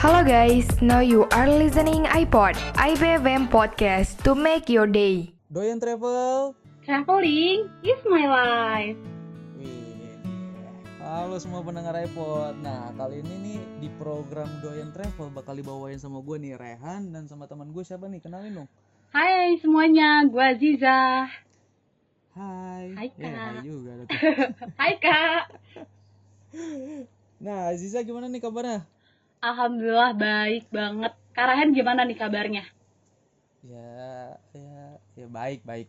Hello guys, now you are listening iPod, IBFM podcast to make your day. Doyan travel. Traveling is my life. Wih, halo semua pendengar iPod. Nah, kali ini nih di program Doyan Travel bakal dibawain sama gue nih Rehan dan sama teman gue siapa nih? Kenalin dong. Hai semuanya, gue Aziza. Hai. Hai Kak. Hai juga ada tuh. Hai Kak. Nah, Aziza gimana nih kabarnya? Alhamdulillah baik banget. Kak Rahan gimana nih kabarnya? Ya baik. Baik.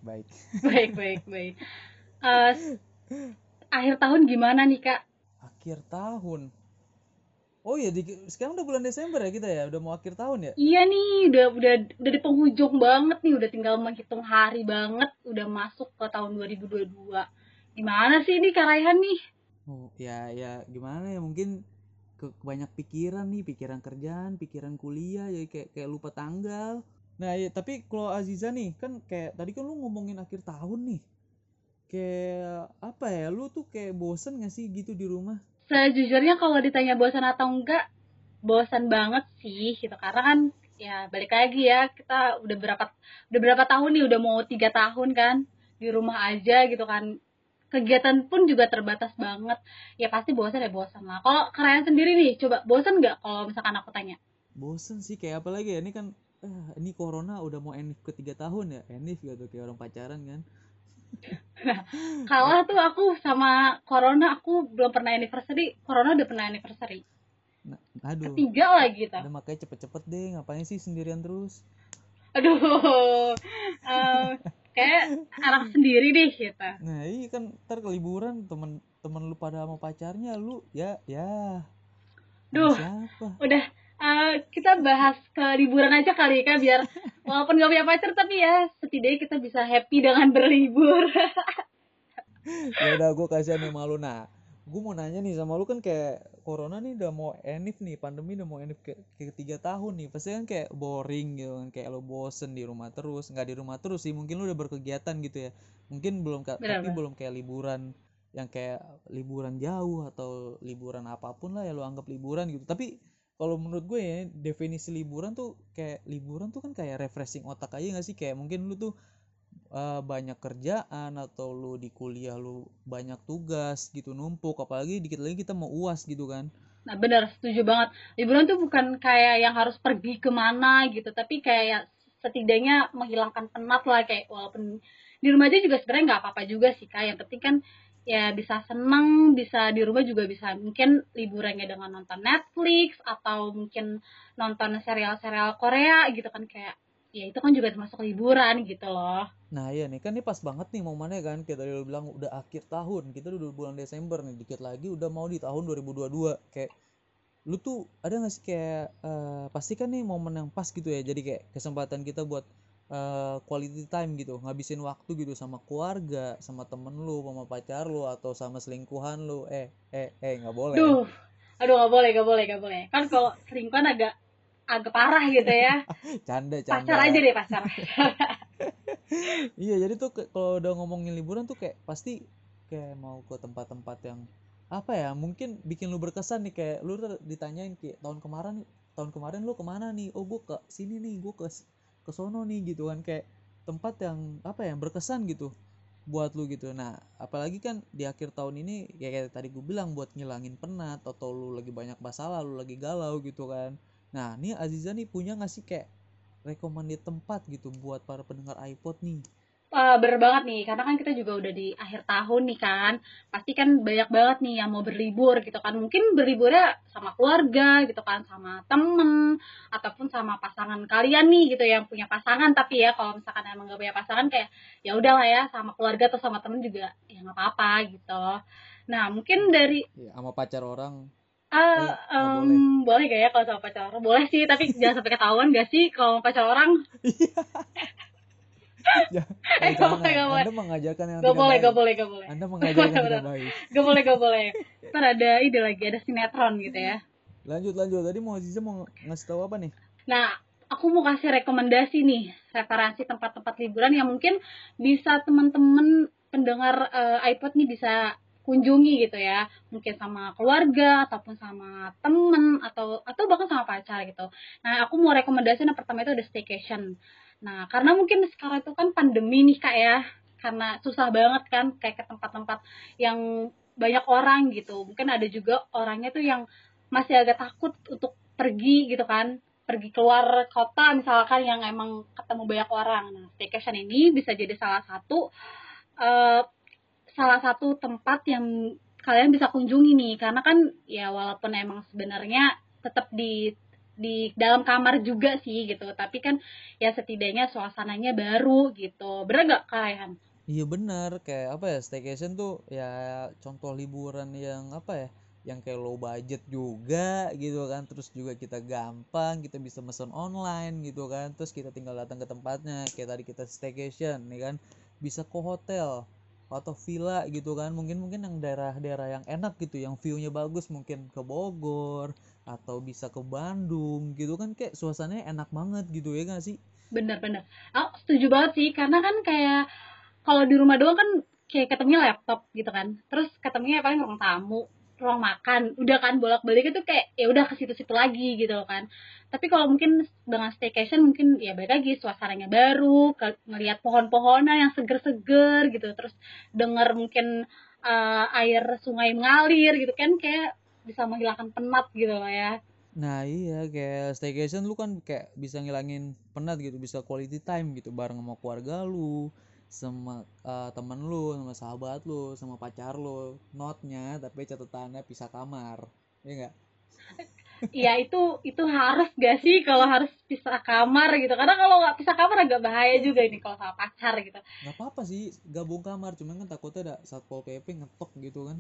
Akhir tahun gimana nih Kak? Akhir tahun. Oh iya, sekarang udah bulan Desember ya kita ya, udah mau akhir tahun ya? Iya nih, udah di penghujung banget nih, udah tinggal menghitung hari banget, udah masuk ke tahun 2022. Gimana sih ini Kak Raihan nih? Oh, ya gimana ya, mungkin banyak pikiran nih, pikiran kerjaan, pikiran kuliah, jadi kayak lupa tanggal. Nah ya, tapi kalau Aziza nih kan kayak tadi kan lu ngomongin akhir tahun nih, kayak apa ya, lu tuh kayak bosen gak sih gitu di rumah? Sejujurnya kalau ditanya bosan atau enggak, bosan banget sih gitu, karena kan ya balik lagi ya, kita udah berapa tahun nih, udah mau 3 tahun kan di rumah aja gitu kan, kegiatan pun juga terbatas banget, ya pasti bosan lah. Kalau kalian sendiri nih, coba bosan nggak kalau misalkan aku tanya? Bosen sih, kayak apa lagi ya, ini kan ini corona udah mau enif ke 3 tahun ya, enif gitu kayak orang pacaran kan. Nah, kalah tuh aku sama corona, aku belum pernah anniversary, corona udah pernah anniversary. Nah, aduh. Ketiga lagi gitu. Udah makanya cepet-cepet deh, ngapain sih sendirian terus? Aduh, kayak anak sendiri deh gitu. Nah iya kan, ntar ke liburan temen lu pada sama pacarnya, lu ya Duh, siapa? udah kita bahas ke liburan aja kali kan, biar walaupun gak punya pacar tapi ya setidaknya kita bisa happy dengan berlibur. Ya udah, gue kasihan nih malu. Nah, gue mau nanya nih sama lu, kan kayak corona nih udah mau enif nih, pandemi udah mau enif ke 3 tahun nih, pasti kan kayak boring gitu kan, kayak lo bosen di rumah terus. Nggak di rumah terus sih, mungkin lu udah berkegiatan gitu ya, mungkin belum tapi belum kayak liburan yang kayak liburan jauh atau liburan apapun lah ya lo anggap liburan gitu. Tapi kalau menurut gue ya, definisi liburan tuh kayak liburan tuh kan kayak refreshing otak aja nggak sih, kayak mungkin lu tuh banyak kerjaan atau lu di kuliah lu banyak tugas gitu numpuk, apalagi dikit lagi kita mau UAS gitu kan. Nah benar, setuju banget. Liburan tuh bukan kayak yang harus pergi kemana gitu, tapi kayak setidaknya menghilangkan penat lah, kayak walaupun di rumah aja juga sebenarnya nggak apa-apa juga sih Kak. Yang penting kan ya bisa seneng, bisa di rumah juga bisa mungkin liburannya dengan nonton Netflix atau mungkin nonton serial-serial Korea gitu kan, kayak ya itu kan juga termasuk liburan gitu loh. Nah iya nih, kan ini pas banget nih momennya kan, kayak tadi lu bilang udah akhir tahun, kita udah bulan Desember nih, dikit lagi udah mau di tahun 2022. Kayak lu tuh ada gak sih kayak pasti kan nih momen yang pas gitu ya, jadi kayak kesempatan kita buat quality time gitu, ngabisin waktu gitu sama keluarga, sama temen lu, sama pacar lu, atau sama selingkuhan lu. Nggak boleh. Aduh nggak boleh. Kan kalau selingkuhan agak parah gitu ya. Canda. Pacar aja deh, pacar. Iya, jadi tuh kalau udah ngomongin liburan tuh kayak pasti kayak mau ke tempat-tempat yang apa ya, mungkin bikin lu berkesan nih, kayak lu ditanyain kayak tahun kemarin lu kemana nih, oh gue ke sini nih, gue ke sono nih gitu kan, kayak tempat yang apa ya, berkesan gitu buat lu gitu. Nah apalagi kan di akhir tahun ini kayak tadi gue bilang, buat ngilangin penat atau lu lagi banyak masalah, lu lagi galau gitu kan. Nah nih Aziza nih punya gak sih kayak recommended tempat gitu buat para pendengar iPod nih? Bener banget nih, karena kan kita juga udah di akhir tahun nih kan, pasti kan banyak banget nih yang mau berlibur gitu kan, mungkin berliburnya sama keluarga gitu kan, sama temen, ataupun sama pasangan kalian nih gitu, yang punya pasangan. Tapi ya kalau misalkan emang gak punya pasangan, kayak ya udahlah ya, sama keluarga atau sama temen juga ya nggak apa-apa gitu. Nah mungkin dari Ya, sama pacar orang nggak boleh. boleh gak ya kalau sama pacar orang? Boleh sih, tapi jangan sampai ketahuan gak sih kalau sama pacar orang? Ya, Gak boleh. Anda mengajarkan yang tidak baik. Gak boleh. Anda mengajarkan yang tidak baik. Gak boleh. Ntar ada ide lagi, ada sinetron gitu ya. Lanjut. Tadi Aziza mau ngasih tahu apa nih? Nah, aku mau kasih rekomendasi nih, referensi tempat-tempat liburan yang mungkin bisa teman-teman pendengar iPod nih bisa kunjungi gitu ya, mungkin sama keluarga ataupun sama temen atau bahkan sama pacar gitu. Nah aku mau rekomendasiin yang pertama itu ada staycation. Nah karena mungkin sekarang itu kan pandemi nih kak ya, karena susah banget kan kayak ke tempat-tempat yang banyak orang gitu. Mungkin ada juga orangnya tuh yang masih agak takut untuk pergi gitu kan, pergi keluar kota misalkan yang emang ketemu banyak orang. Nah staycation ini bisa jadi eh, salah satu tempat yang kalian bisa kunjungi nih, karena kan ya walaupun emang sebenarnya tetap di dalam kamar juga sih gitu, tapi kan ya setidaknya suasananya baru gitu. Bener gak kalian? Iya benar, kayak apa ya, staycation tuh ya contoh liburan yang apa ya, yang kayak low budget juga gitu kan, terus juga kita gampang, kita bisa mesen online gitu kan, terus kita tinggal datang ke tempatnya, kayak tadi kita staycation nih kan, bisa ke hotel atau villa gitu kan, mungkin mungkin yang daerah-daerah yang enak gitu, yang view-nya bagus, mungkin ke Bogor atau bisa ke Bandung gitu kan, kayak suasananya enak banget gitu ya gak sih? Bener-bener aku setuju banget sih, karena kan kayak kalau di rumah doang kan kayak ketemunya laptop gitu kan, terus ketemunya paling ruang tamu, ruang makan, udah kan bolak-balik itu kayak ya udah ke situ-situ lagi gitu loh kan. Tapi kalau mungkin dengan staycation mungkin ya balik lagi suasananya baru, ngelihat pohon-pohonan yang seger-seger gitu, terus denger mungkin air sungai mengalir gitu kan, kayak bisa menghilangkan penat gitu loh ya. Nah iya, kayak staycation lu kan kayak bisa ngilangin penat gitu, bisa quality time gitu bareng sama keluarga lu, sama temen lu, sama sahabat lu, sama pacar lu. Notnya tapi catatannya pisah kamar. Iya enggak? Ya itu harus gak sih kalau harus pisah kamar gitu, karena kalau nggak pisah kamar agak bahaya juga ini kalau sama pacar gitu. Nggak apa-apa sih gabung kamar, cuman kan takutnya ada Satpol PP ngetok gitu kan.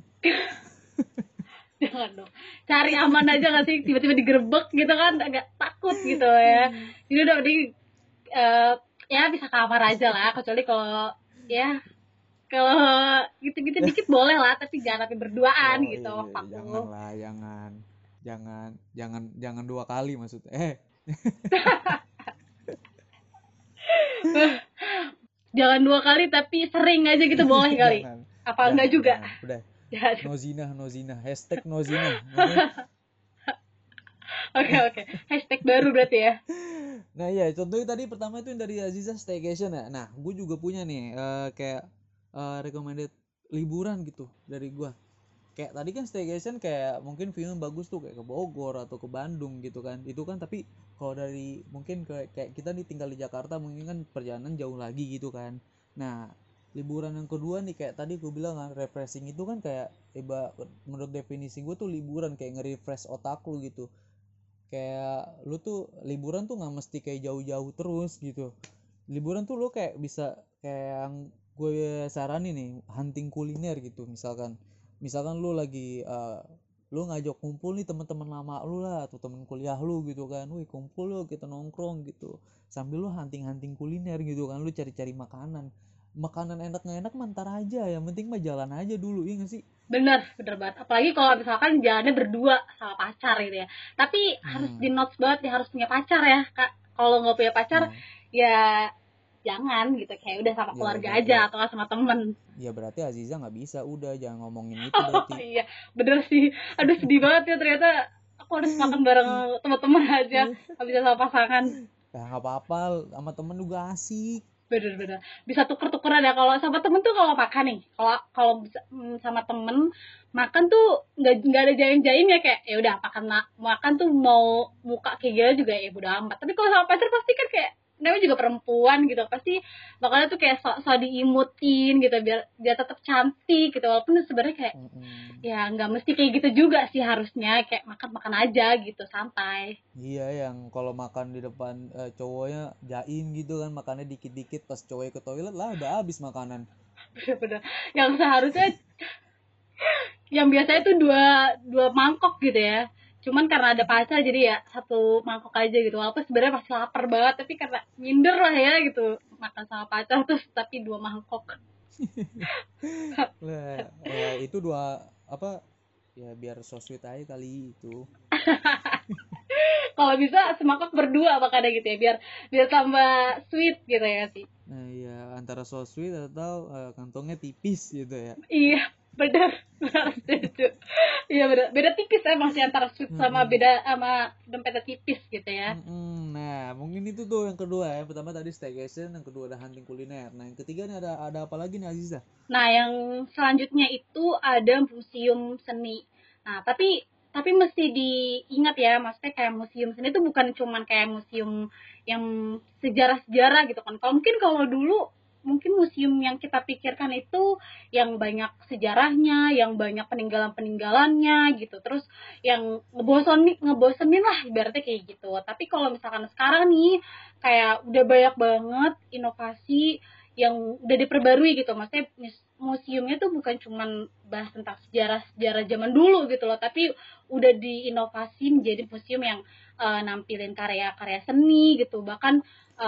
Jangan dong, cari aman aja gak sih, tiba-tiba digerebek gitu kan agak takut gitu ya. Jadi udah mending eh, ya bisa kamar aja lah, kecuali kalau ya kalau gitu-gitu dikit boleh lah, tapi jangan sampai berduaan Oh gitu iya, jangan aku. lah, jangan. Jangan dua kali maksudnya. Jangan 2 kali tapi sering aja gitu boleh kali, Jangan. apa enggak Jangan, juga? jangan. Udah. Jangan. No zina, no zina. Hashtag no zina. Oke. Oke oke, hashtag baru berarti ya. Nah iya, contohnya tadi pertama itu yang dari Aziza staycation ya. Nah, gue juga punya nih kayak recommended liburan gitu dari gue. Kayak tadi kan staycation kayak mungkin view bagus tuh kayak ke Bogor atau ke Bandung gitu kan. Itu kan tapi kalau dari mungkin kayak kita nih tinggal di Jakarta mungkin kan perjalanan jauh lagi gitu kan. Nah, liburan yang kedua nih kayak tadi gue bilang kan refreshing itu kan kayak menurut definisi gue tuh liburan kayak nge-refresh otak lu gitu. Kayak lu tuh liburan tuh nggak mesti kayak jauh-jauh terus gitu. Liburan tuh lu kayak bisa kayak yang gue saranin nih, hunting kuliner gitu. Misalkan lu lagi lu ngajak kumpul nih teman-teman lama lu lah atau temen kuliah lu gitu kan, wih kumpul lu kita nongkrong gitu, sambil lu hunting kuliner gitu kan, lu cari-cari makanan enak nggak enak mah ntar aja, yang penting mah jalan aja dulu, iya nggak sih? Bener banget, apalagi kalau misalkan jalannya berdua sama pacar gitu ya. Tapi harus Hmm. di notes banget ya, harus punya pacar ya kak. Kalau nggak punya pacar Nah, ya jangan gitu, kayak udah sama ya keluarga udah aja ya, atau nggak sama temen. ya berarti Aziza nggak bisa, udah jangan ngomongin itu Oh berarti. iya, bener sih. Aduh sedih banget ya, ternyata aku harus makan bareng teman-teman aja, nggak bisa sama pasangan. Ya nggak apa-apa, sama temen juga asik. Bener bisa tuker-tukeran ya. Kalau sama temen tuh kalau makan nih, kalau kalau sama temen makan tuh nggak ada jaim-jaim ya, kayak ya udah makan makan tuh mau muka kayak gila juga ya udah amat. Tapi kalau sama pacar pasti kan kayak namanya juga perempuan gitu, pasti makanya tuh kayak so diimutin gitu biar dia tetap cantik gitu, walaupun sebenarnya kayak Mm-mm. ya nggak mesti kayak gitu juga sih, harusnya kayak makan makan aja gitu santai. Iya, yang kalau makan di depan cowoknya jaim gitu kan, makannya dikit-dikit, pas cowoknya ke toilet lah udah habis makanan. Bener-bener yang seharusnya, yang biasanya tuh dua dua mangkok gitu ya, cuman karena ada pacar jadi ya satu mangkok aja gitu, walaupun sebenarnya pasti lapar banget, tapi karena minder lah ya gitu makan sama pacar terus tapi 2 mangkok. Lah, ya itu dua apa ya biar so sweet aja kali itu. Kalau bisa semangkok berdua makanya gitu ya, biar biar tambah sweet gitu ya sih. Nah, ya antara so sweet atau kantongnya tipis gitu ya. Iya benar benar setuju. Iya benar, beda tipis emang sih antara suit sama Mm-mm. dompetnya tipis gitu ya. Nah, mungkin itu tuh yang kedua ya. Pertama tadi staycation, yang kedua ada hunting kuliner. Nah, yang ketiga nih ada apa lagi nih Aziza? Nah, yang selanjutnya itu ada museum seni. Nah, tapi mesti diingat ya, maksudnya kayak museum seni itu bukan cuman kayak museum yang sejarah-sejarah gitu kan. Kalau dulu mungkin museum yang kita pikirkan itu yang banyak sejarahnya, yang banyak peninggalan-peninggalannya gitu. Terus yang ngebosenin lah ibaratnya kayak gitu. Tapi kalau misalkan sekarang nih kayak udah banyak banget inovasi yang udah diperbarui gitu, maksudnya museumnya tuh bukan cuman bahas tentang sejarah zaman dulu gitu loh, tapi udah diinovasi menjadi museum yang nampilin karya-karya seni gitu, bahkan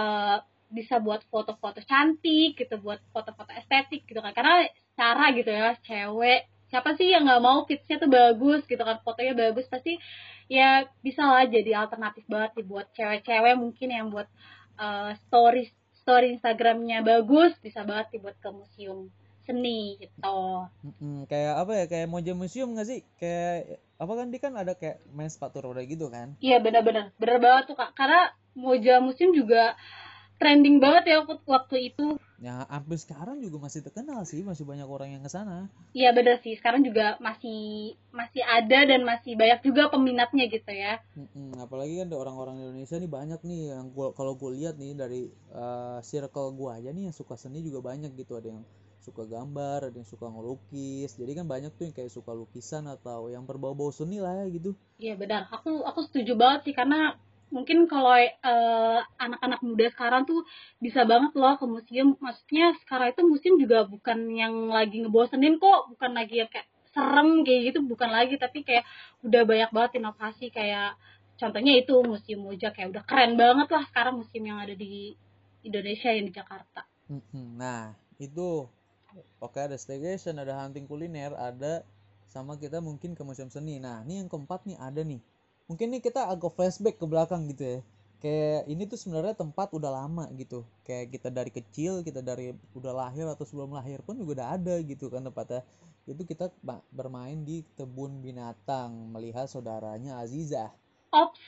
bisa buat foto-foto cantik gitu, buat foto-foto estetik gitu kan, karena cara gitu ya, cewek siapa sih yang nggak mau fitsnya tuh bagus gitu kan, fotonya bagus, pasti ya bisa lah jadi alternatif banget nih buat cewek-cewek mungkin yang buat story story Instagramnya bagus, bisa banget dibuat ke museum seni gitu. Kayak apa ya? Kayak Moja Museum nggak sih? Kayak apa kan dia kan ada kayak main sepatu roda gitu kan? Iya benar-benar benar banget tuh kak, karena Moja Museum juga trending banget ya waktu itu. Ya, hampir sekarang juga masih terkenal sih, masih banyak orang yang ke sana. Iya benar sih, sekarang juga masih masih ada dan masih banyak juga peminatnya gitu ya. Apalagi kan ada orang-orang Indonesia nih banyak nih yang kalau gue lihat nih dari circle gue aja nih yang suka seni juga banyak gitu. Ada yang suka gambar, ada yang suka ngelukis. Jadi kan banyak tuh yang kayak suka lukisan atau yang berbau-bau seni lah ya gitu. Iya benar, aku setuju banget sih, karena mungkin kalau anak-anak muda sekarang tuh bisa banget loh ke museum. Maksudnya sekarang itu museum juga bukan yang lagi ngebosenin kok, bukan lagi yang kayak serem kayak gitu, bukan lagi, tapi kayak udah banyak banget inovasi, kayak contohnya itu Museum Moja, kayak udah keren banget lah sekarang museum yang ada di Indonesia, yang di Jakarta. Nah, itu oke, ada staycation, ada hunting kuliner, ada sama kita mungkin ke museum seni. Nah, ini yang keempat nih ada nih. Mungkin nih kita agak flashback ke belakang gitu ya. Kayak ini tuh sebenarnya tempat udah lama gitu. Kayak kita dari kecil, kita dari udah lahir atau sebelum lahir pun juga udah ada gitu kan tempatnya. Itu kita bermain di kebun binatang melihat saudaranya Aziza. Ops,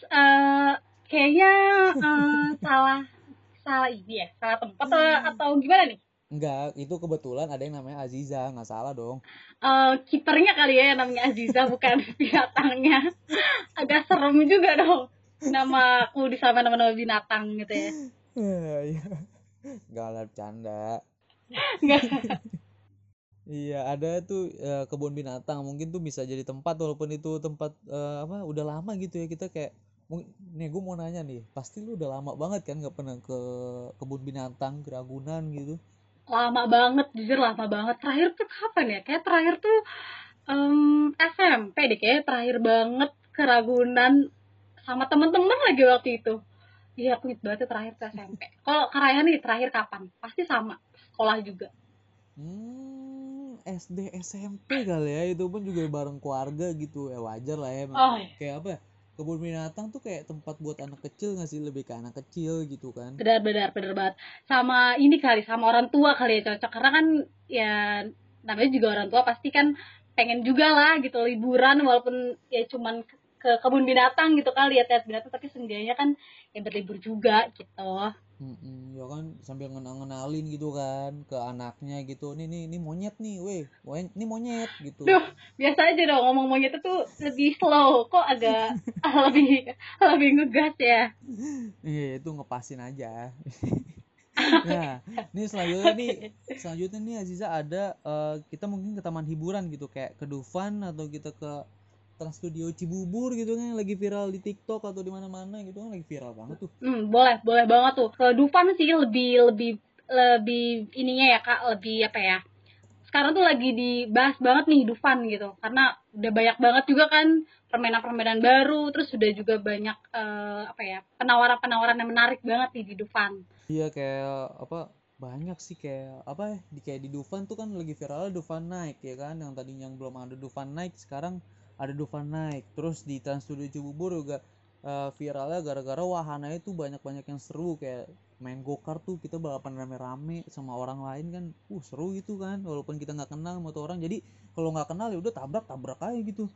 kayaknya salah salah ini ya, salah tempat atau gimana nih? Enggak, itu kebetulan ada yang namanya Aziza, nggak salah dong. Kipernya kali ya yang namanya Aziza, bukan binatangnya. Agak serem juga dong nama aku disama nama-nama binatang gitu ya. Iya, nggak lah bercanda. Enggak. Iya, ada tuh kebun binatang. Mungkin tuh bisa jadi tempat walaupun itu tempat apa udah lama gitu ya. Kita kayak nih gue mau nanya nih, pasti lu udah lama banget kan nggak pernah ke kebun binatang, ke Ragunan gitu. Lama banget, jujur lama banget. Terakhir tuh kapan ya? Kayak terakhir tuh SMP deh, kayak terakhir banget ke Ragunan sama temen-temen lagi waktu itu. Iya, aku ingat banget tuh terakhir ke SMP. Kalau Karayan nih terakhir kapan? Pasti sama, sekolah juga. SD SMP kali ya, itu pun juga bareng keluarga gitu. Ya wajar lah ya. Oh iya. Kayak apa ya? Kebun binatang tuh kayak tempat buat anak kecil nggak sih, lebih ke anak kecil gitu kan. Benar-benar benar banget, sama ini kali, sama orang tua kali ya cocok, karena kan ya namanya juga orang tua pasti kan pengen juga lah gitu liburan, walaupun ya cuman ke kebun binatang gitu kan, lihat-lihat binatang, tapi seenggaknya kan ya berlibur juga gitu. Ya kan sambil ngenalin gitu kan ke anaknya gitu. Nih monyet nih, weh. Ini monyet gitu. Duh, biasa aja dong ngomong monyet itu lebih slow kok, agak lebih lebih ngegas ya. Iya, itu ngepasin aja. Nah, ini selanjutnya nih Aziza ada kita mungkin ke taman hiburan gitu kayak ke Dufan atau kita ke Trans Studio Cibubur gitu kan yang lagi viral di TikTok atau di mana-mana gitu kan lagi viral banget tuh. Boleh boleh banget tuh ke Dufan sih, lebih lebih lebih ininya ya kak, lebih apa ya, sekarang tuh lagi dibahas banget nih Dufan gitu, karena udah banyak banget juga kan permainan-permainan baru, terus sudah juga banyak apa ya, penawaran-penawaran yang menarik banget nih di Dufan. Iya kayak apa banyak sih kayak apa ya kayak di Dufan tuh kan lagi viral Dufan Night ya kan yang tadinya yang belum ada Dufan Night sekarang ada Dufan Night. Terus di Trans Studio Cibubur juga viralnya gara-gara wahananya tuh banyak-banyak yang seru kayak main go-kart tuh kita balapan rame-rame sama orang lain kan, seru gitu kan, walaupun kita nggak kenal sama tuh orang. Jadi kalau nggak kenal ya udah tabrak aja gitu.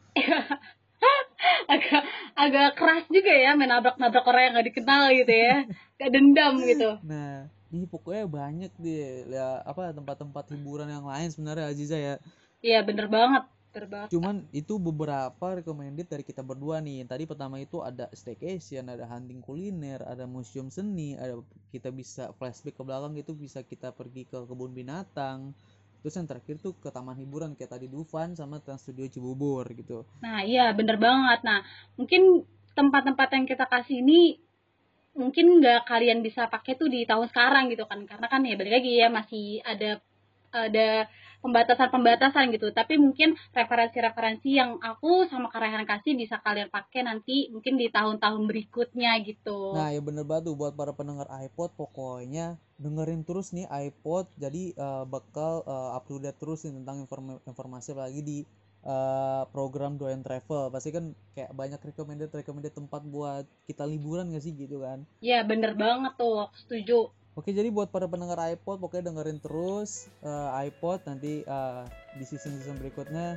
agak agak keras juga ya main nabrak-nabrak orang yang nggak dikenal gitu ya, kayak dendam gitu. Nah, ini pokoknya banyak deh ya apa tempat-tempat hiburan yang lain sebenarnya Aziza ya. Iya bener banget. Cuman itu beberapa recommended dari kita berdua nih. Tadi pertama itu ada staycation, ada hunting kuliner, ada museum seni, ada kita bisa flashback ke belakang gitu, bisa kita pergi ke kebun binatang. Terus yang terakhir tuh ke taman hiburan kayak tadi Dufan sama Trans Studio Cibubur gitu. Nah iya bener banget. Nah mungkin tempat-tempat yang kita kasih ini mungkin nggak kalian bisa pakai tuh di tahun sekarang gitu kan, karena kan ya balik lagi ya masih ada pembatasan gitu. Tapi mungkin referensi-referensi yang aku sama Kak Rayhan kasih bisa kalian pakai nanti mungkin di tahun-tahun berikutnya gitu. Nah ya bener banget tuh buat para pendengar iPod, pokoknya dengerin terus nih iPod. Jadi bakal up to date terus nih tentang informasi lagi di program Doyan Travel. Pasti kan kayak banyak recommended tempat buat kita liburan gak sih gitu kan. Ya bener banget tuh, aku setuju. Oke, jadi buat para pendengar iPod pokoknya dengerin terus iPod. Nanti di season berikutnya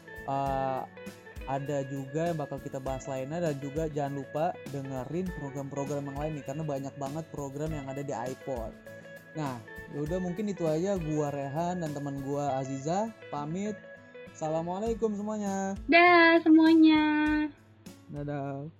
ada juga yang bakal kita bahas lainnya, dan juga jangan lupa dengerin program-program yang lain nih karena banyak banget program yang ada di iPod. Nah, yaudah mungkin itu aja, gua Rehan dan teman gua Aziza pamit. Assalamualaikum semuanya. Dah semuanya. Dadah.